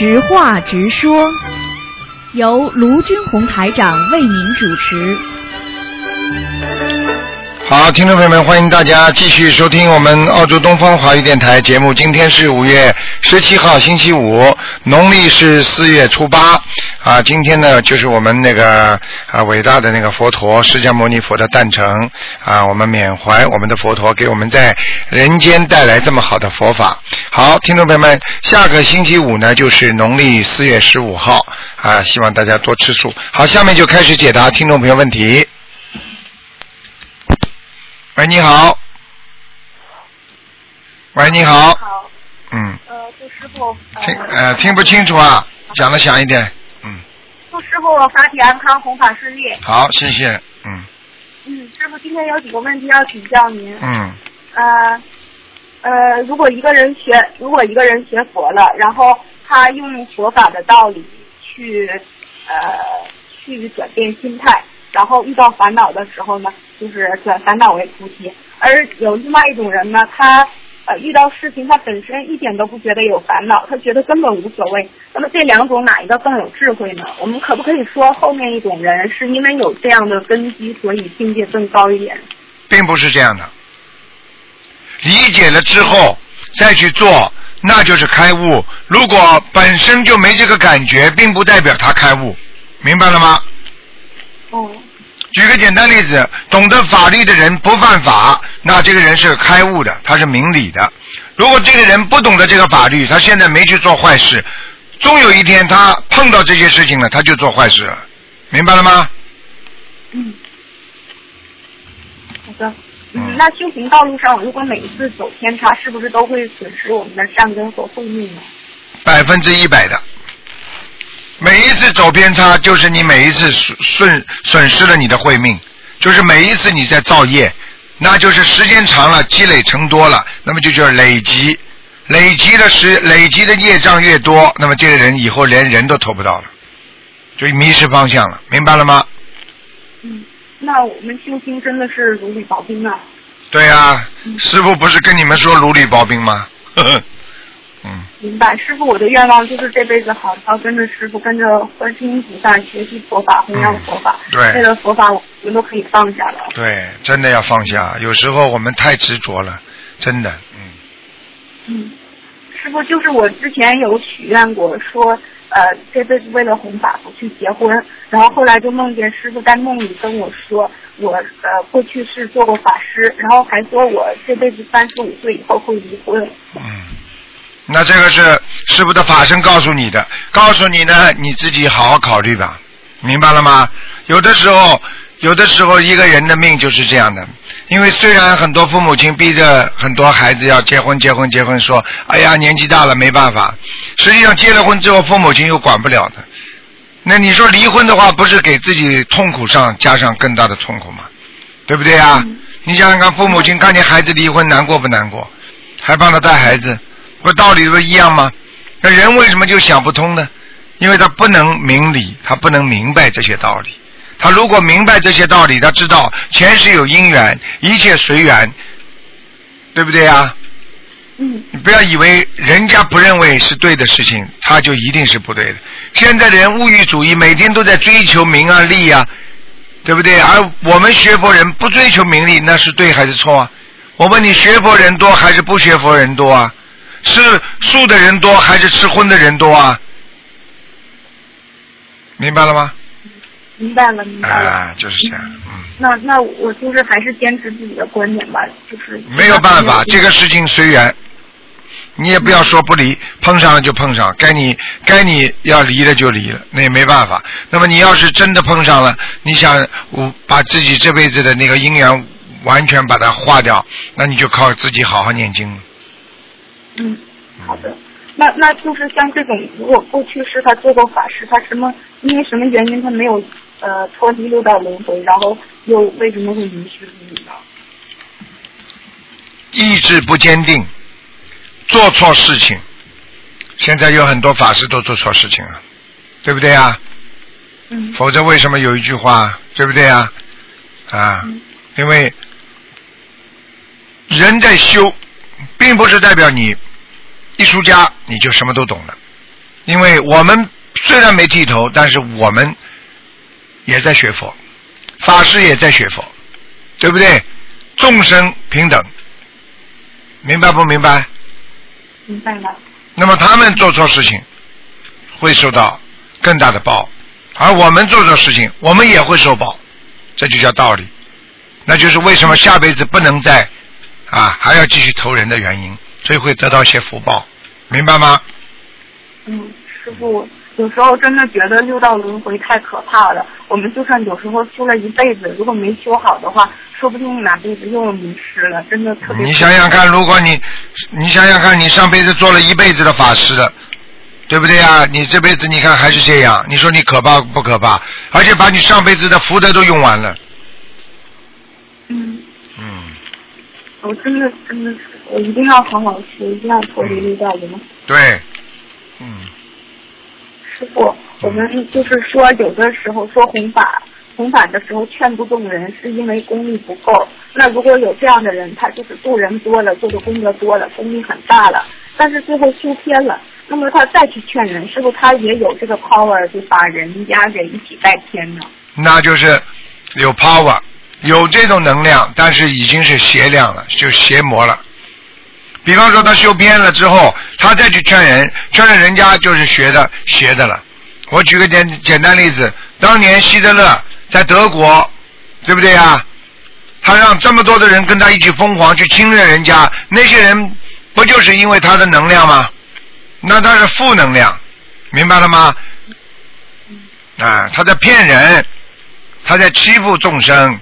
实话直说，由卢军红台长为您主持。 好，听众朋友们，欢迎大家继续收听我们澳洲东方华语电台节目。今天是5月17号星期五，农历是4月初8啊。今天呢，就是我们那个伟大的那个佛陀释迦牟尼佛的诞辰啊，我们缅怀我们的佛陀给我们在人间带来这么好的佛法。好，听众朋友们，下个星期五呢就是农历4月15号啊，希望大家多吃素。好，下面就开始解答听众朋友问题。喂，你好。喂，你好。 好。祝师傅。 听不清楚啊，讲得响一点。 祝师傅法体安康，弘法顺利。 好，谢谢。 师傅，今天有几个问题要请教您。如果一个人学佛了，然后他用佛法的道理去转变心态。然后遇到烦恼的时候呢，就是转烦恼为菩提。而有另外一种人呢，他遇到事情他本身一点都不觉得有烦恼，他觉得根本无所谓。那么这两种哪一个更有智慧呢？我们可不可以说后面一种人是因为有这样的根基，所以境界更高一点？ 并不是这样的。理解了之后再去做，那就是开悟。如果本身就没这个感觉，并不代表他开悟，明白了吗？举个简单例子，懂得法律的人不犯法，那这个人是开悟的，他是明理的。如果这个人不懂得这个法律，他现在没去做坏事，终有一天他碰到这些事情了，他就做坏事了，明白了吗？ 好的。那修行道路上，如果每一次走偏差，是不是都会损失我们的善根和慧命呢 ？100%的。每一次走偏差，就是你每一次损失了你的慧命，就是每一次你在造业，那就是时间长了，积累成多了，那么就叫累积，累积的业障越多，那么这个人以后连人都投不到了，就迷失方向了，明白了吗？ 那我们修心真的是如履薄冰啊。对啊，师父不是跟你们说如履薄冰吗？ 明白，师父，我的愿望就是这辈子好好跟着师父，跟着观世音菩萨学习佛法，弘扬佛法。 对， 这个佛法我们都可以放下了。对， 真的要放下。有时候我们太执着了，真的。 师父，就是我之前有许愿过，说这辈子为了弘法不去结婚，然后后来就梦见师父在梦里跟我说，我过去是做过法师，然后还说我这辈子35岁以后会离婚。 那这个是师父的法身告诉你的，告诉你呢，你自己好好考虑吧，明白了吗？有的时候一个人的命就是这样的，因为虽然很多父母亲逼着很多孩子要结婚，说哎呀年纪大了没办法，实际上结了婚之后父母亲又管不了的。那你说离婚的话，不是给自己痛苦上加上更大的痛苦吗？对不对啊？你想想看，父母亲看见孩子离婚难过不难过？还帮他带孩子，不道理不一样吗？那人为什么就想不通呢？因为他不能明理，他不能明白这些道理。他如果明白这些道理，他知道前世有因缘，一切随缘，对不对啊？你不要以为人家不认为是对的事情，他就一定是不对的。现在的人物欲主义，每天都在追求名啊利啊，对不对？而我们学佛人不追求名利，那是对还是错啊？我问你，学佛人多还是不学佛人多啊？吃素的人多还是吃荤的人多啊？明白了吗？ 明白了。 就是这样。 那我就是还是坚持自己的观点吧，就是没有办法，这个事情随缘，你也不要说不离，碰上了就碰上，该你要离了就离了，那也没办法。那么你要是真的碰上了，你想把自己这辈子的那个因缘完全把它化掉，那你就靠自己好好念经了。 好的。那就是像这种，如果过去是他做过法师，他因为什么原因他没有脱离六道轮回，然后又为什么会迷失自己呢？ 意志不坚定，做错事情。现在有很多法师都做错事情啊，对不对啊？否则为什么有一句话，对不对啊？因为人在修，并不是代表你一出家你就什么都懂了， 因为我们虽然没剃头，但是我们也在学佛，法师也在学佛，对不对？众生平等，明白不明白？ 明白了。 那么他们做错事情会受到更大的报，而我们做错事情我们也会受报，这就叫道理。那就是为什么下辈子不能再还要继续投人的原因，所以会得到一些福报，明白吗？ 师父，有时候真的觉得六道轮回太可怕了。我们就算有时候修了一辈子，如果没修好的话，说不定哪辈子又迷失了，真的特别。 你想想看，如果你想想看，你上辈子做了一辈子的法师的，对不对呀？你这辈子你看还是这样，你说你可怕不可怕？而且把你上辈子的福德都用完了。 我真的是，我一定要好好修，一定要脱离六道轮回。 对， 师父，我们就是说，有的时候说弘法的时候劝不动人，是因为功力不够。那如果有这样的人，他就是度人多了，做的功德多了，功力很大了，但是最后修偏了，那么他再去劝人，是不是他也有这个 power 就把人家给一起带偏呢？ 那就是有 power， 有这种能量，但是已经是邪量了，就邪魔了。比方说他修偏了之后，他再去劝了人家就是邪的了。我举个简单例子，当年希特勒在德国，对不对啊？他让这么多的人跟他一起疯狂去侵略人家，那些人不就是因为他的能量吗？那他是负能量，明白了吗？他在骗人，他在欺负众生。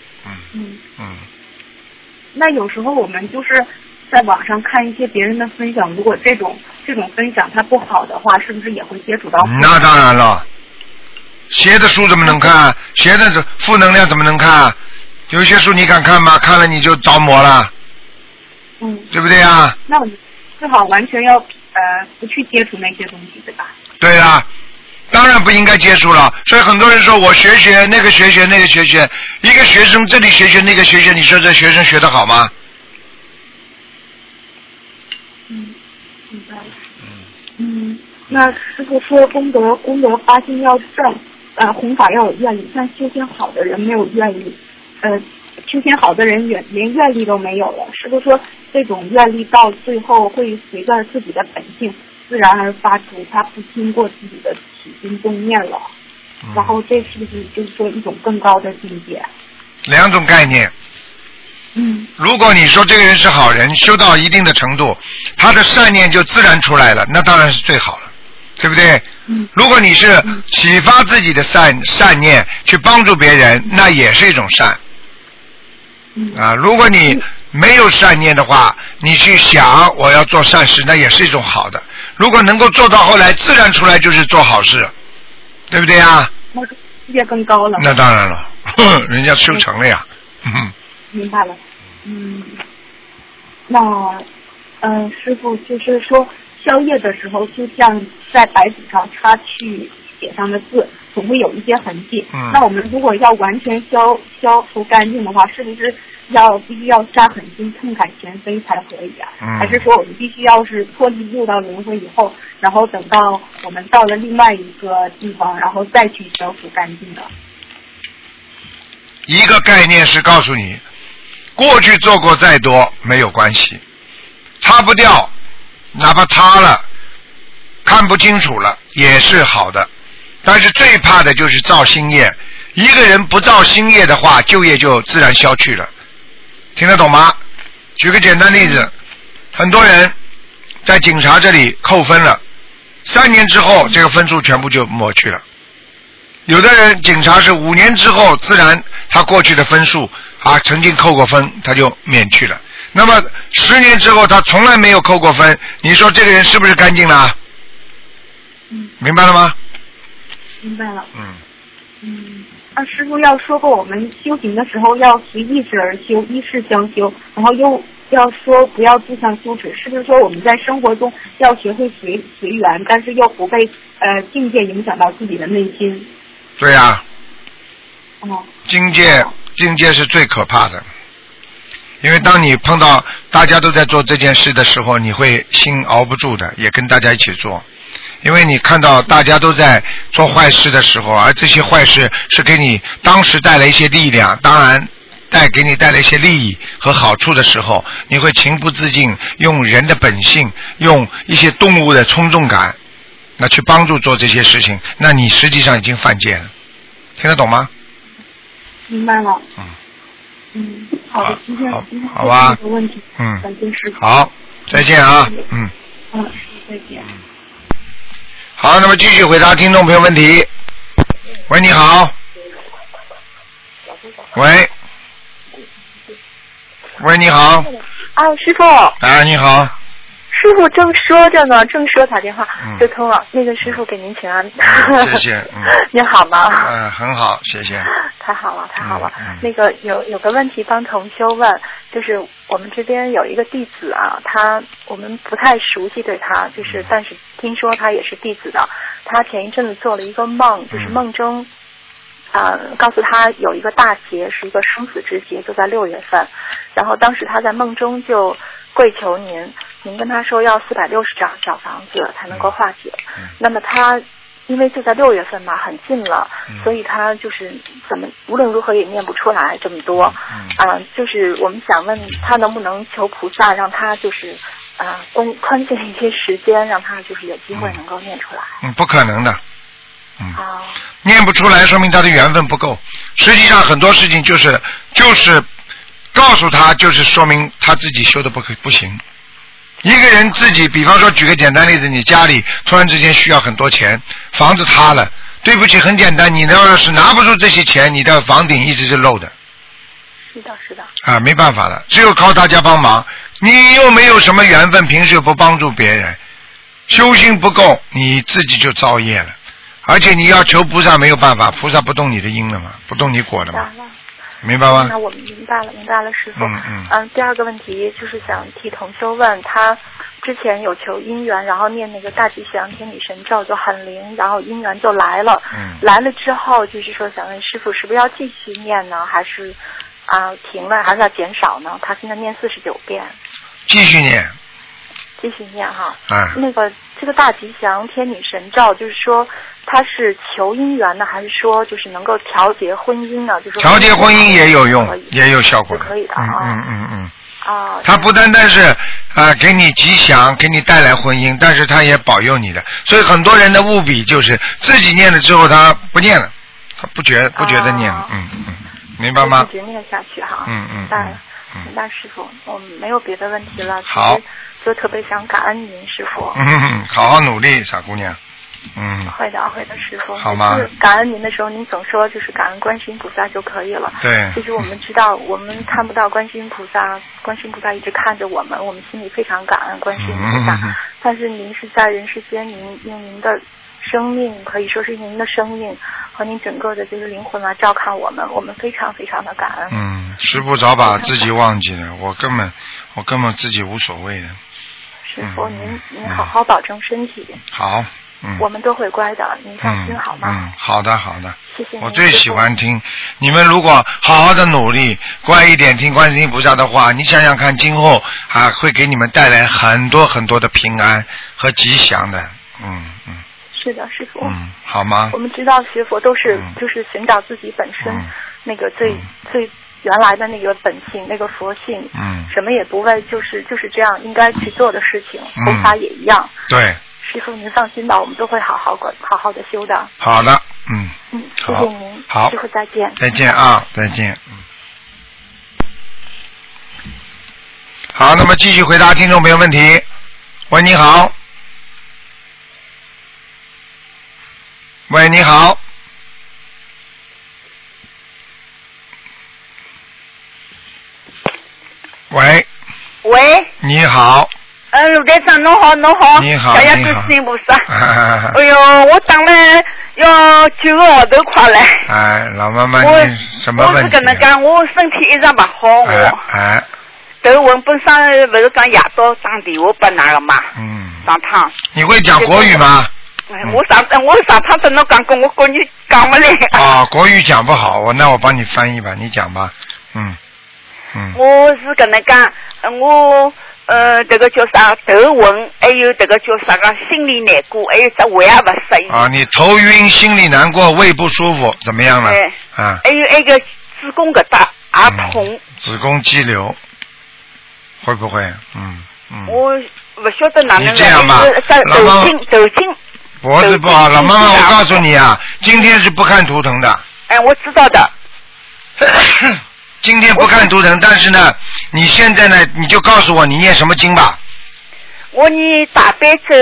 那有时候我们就是在网上看一些别人的分享，如果这种分享它不好的话，是不是也会接触到？ 那当然了，邪的书怎么能看？邪的负能量怎么能看？有些书你敢看吗？看了你就着魔了，对不对呀？ 那我们最好完全要不去接触那些东西，对吧？ 对呀，当然不应该接触了。所以很多人说我学那个学那个学，一个学生这里学那个学，你说这学生学得好吗？ 明白了。那师父说功德发心要正，弘法要有愿力，像修仙好的人没有愿力，修仙好的人连愿力都没有了。师父说这种愿力到最后会随着自己的本性自然而发出，他不经过自己的起心动念了。然后这是不是就是说一种更高的境界？ 两种概念。如果你说这个人是好人，修到一定的程度，他的善念就自然出来了，那当然是最好了，对不对？如果你是启发自己的善念去帮助别人，那也是一种善。如果你没有善念的话，你去想我要做善事，那也是一种好的。如果能够做到后来自然出来，就是做好事，对不对呀？ 那境界更高了。 那当然了，人家修成了呀。 明白了。那师父就是说消业的时候，就像在白纸上擦去写上的字，总会有一些痕迹。那我们如果要完全消除干净的话，是不是必须要下狠心痛改前非才可以啊？还是说我们必须要是脱离六道轮回以后，然后等到我们到了另外一个地方，然后再去消除干净的？ 一个概念是告诉你，过去做过再多没有关系，擦不掉，哪怕擦了看不清楚了也是好的。但是最怕的就是造新业，一个人不造新业的话，旧业就自然消去了。听得懂吗？举个简单例子，很多人在警察这里扣分了，3年之后这个分数全部就抹去了。有的人警察是5年之后，自然他过去的分数曾经扣过分，他就免去了。那么10年之后他从来没有扣过分，你说这个人是不是干净了？明白了吗？ 明白了。师父要说过，我们修行的时候要随意识而修，依事相修，然后又要说不要自相羞耻，是不是说我们在生活中要学会随缘，但是又不被境界影响到自己的内心？ 对呀。境界是最可怕的，因为当你碰到大家都在做这件事的时候，你会心熬不住的，也跟大家一起做。 因为你看到大家都在做坏事的时候，而这些坏事是给你当时带来一些力量，当然给你带来一些利益和好处的时候，你会情不自禁用人的本性，用一些动物的冲动感，那去帮助做这些事情，那你实际上已经犯戒了，听得懂吗？ 明白了。好的，今天好吧。 问题。感谢师傅。 好，再见啊。 再见。 好，那么继续回答听众朋友问题。喂，你好。喂，你好。 师傅。 你好。 师傅正说着呢，打电话就通了。那个师傅给您请安。 谢谢。 您好吗？ 很好，谢谢。 太好了。那个有个问题帮同修问，就是我们这边有一个弟子啊，我们不太熟悉对他，就是但是听说他也是弟子的。他前一阵子做了一个梦，就是梦中告诉他有一个大劫，是一个生死之劫，就在6月份。然后当时他在梦中就跪求您跟他说要460张小房子才能够化解。那么他因为就在6月份嘛，很近了，所以他就是无论如何也念不出来这么多。就是我们想问他能不能求菩萨让他就是宽限一些时间，让他就是有机会能够念出来。 不可能的。念不出来说明他的缘分不够。实际上很多事情就是告诉他，就是说明他自己修的不行。一个人自己，比方说举个简单例子，你家里突然之间需要很多钱，房子塌了，对不起，很简单，你要是拿不出这些钱，你的房顶一直是漏的。 是的。 没办法了，只有靠大家帮忙。你又没有什么缘分，平时又不帮助别人，修心不够，你自己就造业了。而且你要求菩萨没有办法，菩萨不动你的因了嘛，不动你果的嘛。明白吗？ 那我们明白了，师傅。第二个问题就是想替同修问，他之前有求姻缘，然后念那个大吉祥天女神咒就很灵，然后姻缘就来了。来了之后就是说想问师傅是不是要继续念呢，还是停了，还是要减少呢？他现在念49遍。 继续念哈。那个这个大吉祥天女神咒，就是说它是求姻缘呢，还是说就是能够调节婚姻呢？就是调节婚姻也有用，也有效果的。 可以的它不单单是给你吉祥，给你带来婚姻，但是它也保佑你的。所以很多人的误比就是自己念了之后他不念了，他不觉得念了。明白吗？ 一直念下去哈。明白师傅，我们没有别的问题了。 好。 就特别想感恩您师傅。 好好努力，傻姑娘。 会的师傅。 好吗？ 感恩您的时候，您总说就是感恩观世音菩萨就可以了。 对。 其实我们知道，我们看不到观世音菩萨，观世音菩萨一直看着我们心里非常感恩观世音菩萨。但是您是在人世间，您用您的生命，可以说是您的生命和您整个的就是灵魂来照看我们非常非常的感恩。 师父早把自己忘记了，我根本自己无所谓的。 师傅，您好好保重身体。 好。 我们都会乖的，您放心好吗？ 好的。 谢谢您。 我最喜欢听你们，如果好好的努力，乖一点，听观世音菩萨的话，你想想看，今后会给你们带来很多很多的平安和吉祥的。 是的，师傅。 好吗？ 我们知道学佛都是就是寻找自己本身那个最原来的那个本性，那个佛性。什么也不为，就是这样应该去做的事情。佛法也一样。 对。 师傅您放心吧，我们都会好好的修的。 好的。 谢谢您。 好。 师傅再见。 再见啊，再见。好，那么继续回答听众朋友问题。喂，你好。喂，你好。喂。你好。 卢台长，侬好。 你好。 谢谢观世音菩萨。哎呦，我等了要9个号头快了。 老妈妈，你什么问题？ 我是跟能讲，我身体一直不好。头昏，本身不是讲夜到打电话拨那个嘛。上趟。 你会讲国语吗？ 我上趟跟侬讲过，我国语讲不来。 国语讲不好，那我帮你翻译吧，你讲吧。 我是跟能讲，我这个叫啥头晕，还有这个叫啥个心里难过，还有这胃也不适应。 啊，你头晕、心里难过、胃不舒服，怎么样了？啊。 还有那个子宫疙瘩也痛。 子宫肌瘤，会不会？ 我不晓得哪能。 你这样吧， 走进。 脖子不好，老妈妈，我告诉你啊，今天是不看图腾的。 哎，我知道的。 今天不看图腾，但是呢，你现在呢，你就告诉我你念什么经吧。 我念大悲咒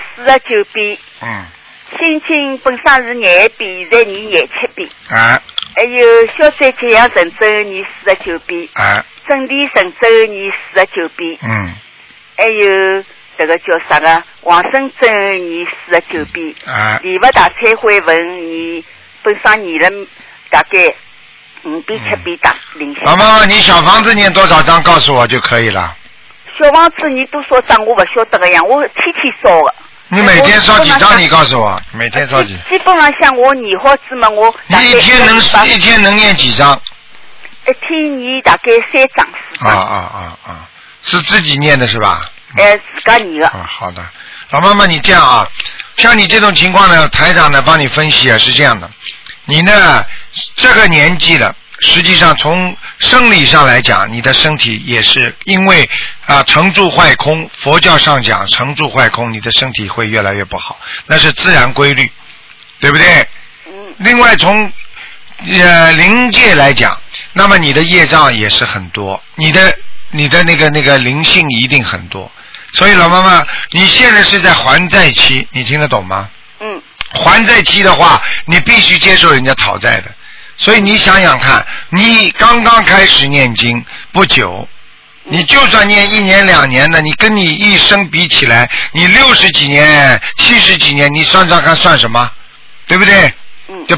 49遍。心经本身是21遍，现在念27遍。还有消灾吉祥神咒念49遍。准提神咒念49遍。还有这个叫啥个往生咒念49遍。礼佛大忏悔文念本身念了大概5遍7遍大灵性。 老妈妈，你小房子念多少张告诉我就可以了。 小房子念多少张我不晓得个呀，我天天烧的。 你每天烧几张？你告诉我，每天烧几？ 基本上像我念好子嘛，我你一天能念几张？ 一天念大概3张4张。 是自己念的是吧？ 自家念的。 好的，老妈妈，你这样啊，像你这种情况呢，台长呢帮你分析啊，是这样的，你呢这个年纪了。实际上从生理上来讲，你的身体也是因为成住坏空，佛教上讲成住坏空，你的身体会越来越不好，那是自然规律，对不对？另外从灵界来讲，那么你的业障也是很多，你的那个灵性一定很多，所以老妈妈，你现在是在还债期，你听得懂吗？还债期的话，你必须接受人家讨债的。所以你想想看，你刚刚开始念经不久，你就算念1年2年的，你跟你一生比起来，你60几年、70几年，你算看算什么，对不对？就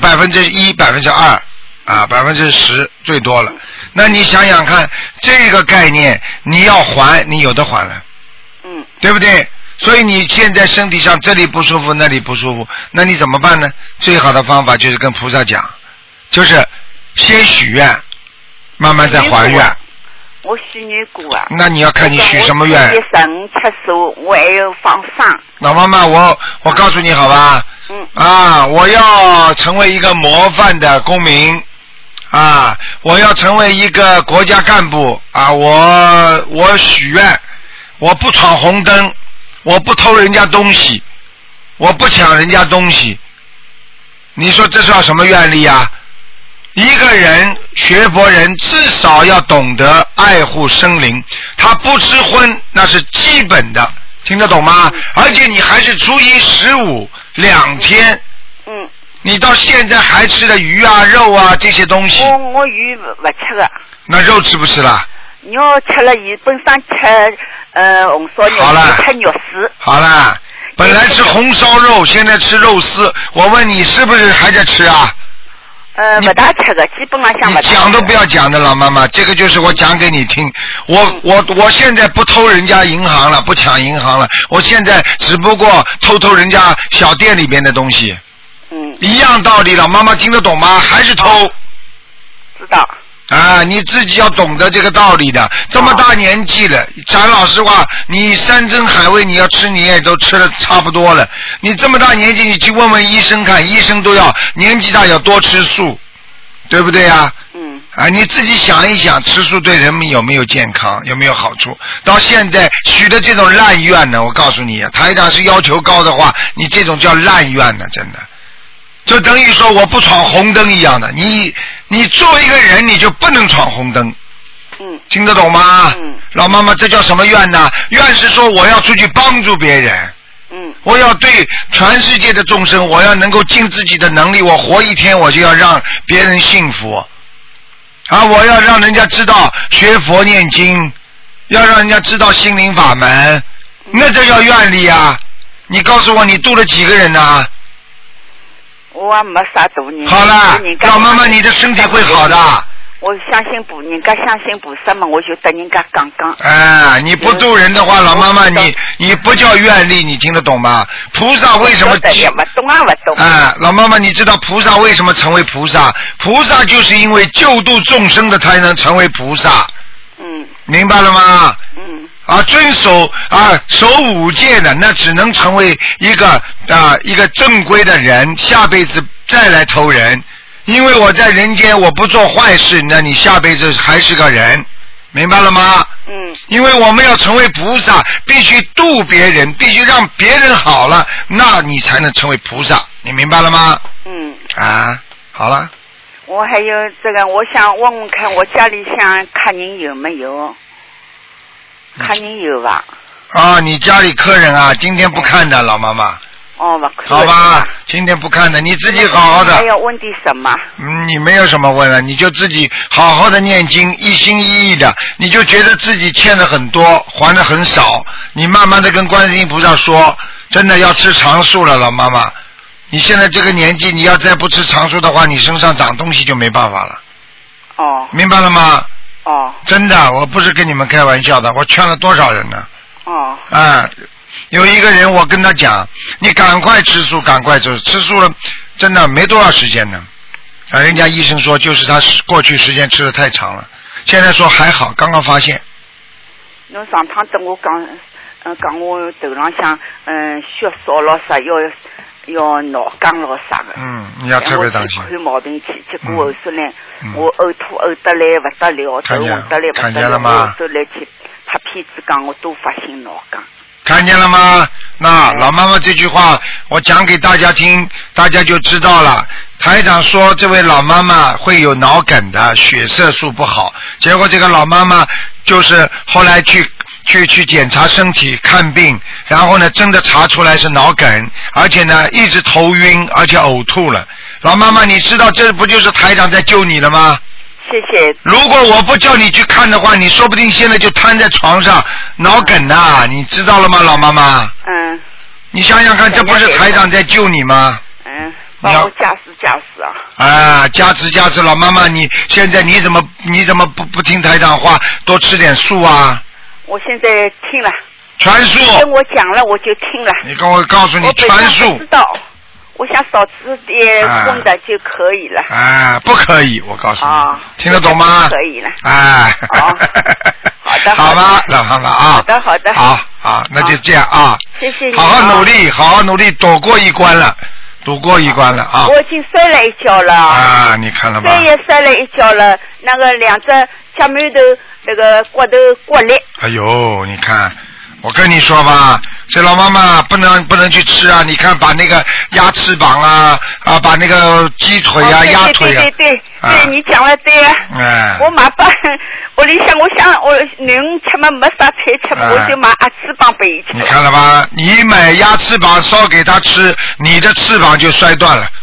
1%、2%10%最多了。那你想想看，这个概念你要还，你有的还了，对不对？所以你现在身体上这里不舒服，那里不舒服，那你怎么办呢？最好的方法就是跟菩萨讲。就是先许愿，慢慢再还愿。 我许愿过啊。 那你要看你许什么愿。 我生吃素，我还有放生。 老妈妈，我告诉你好吧。我要成为一个模范的公民啊！我要成为一个国家干部啊！我许愿，我不闯红灯，我不偷人家东西，我不抢人家东西。你说这叫什么愿力啊？一个人学佛人至少要懂得爱护生灵，他不吃荤那是基本的，听得懂吗？而且你还是初一15 2天，你到现在还吃的鱼啊肉啊这些东西。 我鱼不吃的。 那肉吃不吃了？ 肉吃了，本身吃红烧肉，吃肉丝。 好了，本来吃红烧肉，现在吃肉丝，我问你是不是还在吃啊？ 不大吃的，基本上像不大吃。 你讲都不要讲的，老妈妈，这个就是我讲给你听。我现在不偷人家银行了，不抢银行了，我现在只不过偷人家小店里边的东西。一样道理，老妈妈听得懂吗？还是偷？ 知道。 你自己要懂得这个道理的。这么大年纪了，讲老实话，你山珍海味你要吃，你也都吃的差不多了。你这么大年纪，你去问问医生看，医生都要年纪大要多吃素，对不对呀？你自己想一想，吃素对人们有没有健康，有没有好处？到现在许的这种烂愿呢，我告诉你，台长是要求高的话，你这种叫烂愿呢，真的。就等于说我不闯红灯一样的，你作为一个人你就不能闯红灯，听得懂吗？老妈妈，这叫什么愿呢？愿是说我要出去帮助别人，我要对全世界的众生，我要能够尽自己的能力，我活一天我就要让别人幸福我要让人家知道学佛念经，要让人家知道心灵法门，那这叫愿力啊！你告诉我你度了几个人啊？ 我没啥度人。 好了，老妈妈，你的身体会好的。 我相信人家相信菩萨嘛，我就跟人家讲讲。 你不度人的话，老妈妈，你不叫愿力，你听得懂吗？菩萨为什么？ 不懂。 老妈妈，你知道菩萨为什么成为菩萨？菩萨就是因为救度众生的才能成为菩萨。明白了吗？ 遵守守5戒的，那只能成为一个正规的人，下辈子再来投人。因为我在人间我不做坏事，那你下辈子还是个人，明白了吗？因为我们要成为菩萨，必须度别人，必须让别人好了，那你才能成为菩萨，你明白了吗？好了。 我还有这个，我想问问看，我家里想看人有没有？看人有吧？ 你家里客人啊，今天不看的，老妈妈。 不可以。 好吧，今天不看的，你自己好好的。 还要问点什么？ 你没有什么问了，你就自己好好的念经，一心一意的，你就觉得自己欠的很多，还的很少，你慢慢的跟观世音菩萨说，真的要吃长素了，老妈妈。你现在这个年纪，你要再不吃长素的话，你身上长东西就没办法了。明白了吗？真的，我不是跟你们开玩笑的，我劝了多少人呢？有一个人，我跟他讲，你赶快吃素，赶快吃素了，真的没多少时间呢。人家医生说，就是他过去时间吃的太长了，现在说还好，刚刚发现。 侬上趟跟我讲我头上向血少了啥要脑浆了啥的。 你要特别当心。 我去看毛病去，结果后头来我呕吐呕得来不得了，头昏得来不得了，后头来去拍片子讲我都发现脑浆。 看见了吗？那老妈妈这句话我讲给大家听，大家就知道了。台长说这位老妈妈会有脑梗的，血色素不好，结果这个老妈妈就是后来去检查身体看病，然后呢真的查出来是脑梗，而且呢一直头晕，而且呕吐了。老妈妈，你知道这不就是台长在救你了吗？ 谢谢。 如果我不叫你去看的话，你说不定现在就瘫在床上脑梗呐，你知道了吗，老妈妈？你想想看，这不是台长在救你吗？ 帮我加持啊！加持，老妈妈，你现在你怎么不听台长话，多吃点素啊？ 我现在听了。 全素。 跟我讲了，我就听了。 你跟我告诉你全素。 我知道。我想少吃点荤的就可以了。 不可以，我告诉你，听得懂吗？ 可以了。 好的。好吧，老妈妈啊。 好的。 好，那就这样啊。 谢谢你。 好好努力，躲过一关了啊。 我已经摔了一跤了。 你看了吧？ 摔也摔了一跤了，那个两只脚趾头那个骨头割裂。 哎呦，你看。我跟你说吧，这老妈妈不能去吃啊！你看，把那个鸭翅膀把那个鸡腿鸭腿对，你讲了对啊。我买把屋里向我囡吃嘛没啥菜吃，我就买鸭翅膀给伊吃。 你看了吧？你买鸭翅膀烧给他吃，你的翅膀就摔断了。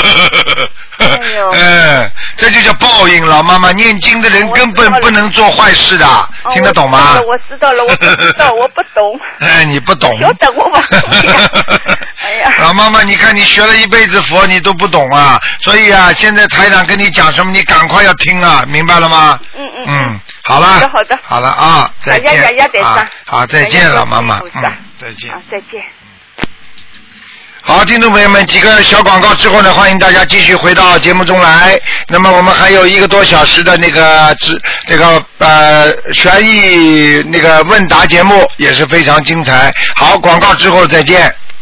这就叫报应。老妈妈，念经的人根本不能做坏事的，听得懂吗？ 我知道了，我不知道，我不懂。 你不懂。 晓得我不懂。哎呀， 老妈妈，你看你学了一辈子佛，你都不懂啊！所以啊，现在台长跟你讲什么，你赶快要听啊，明白了吗？好了。好了啊，再见。好，再见，老妈妈。再见。 再见。 好，听众朋友们，几个小广告之后呢，欢迎大家继续回到节目中来。那么我们还有1个多小时的那个悬疑那个问答节目也是非常精彩。好，广告之后再见。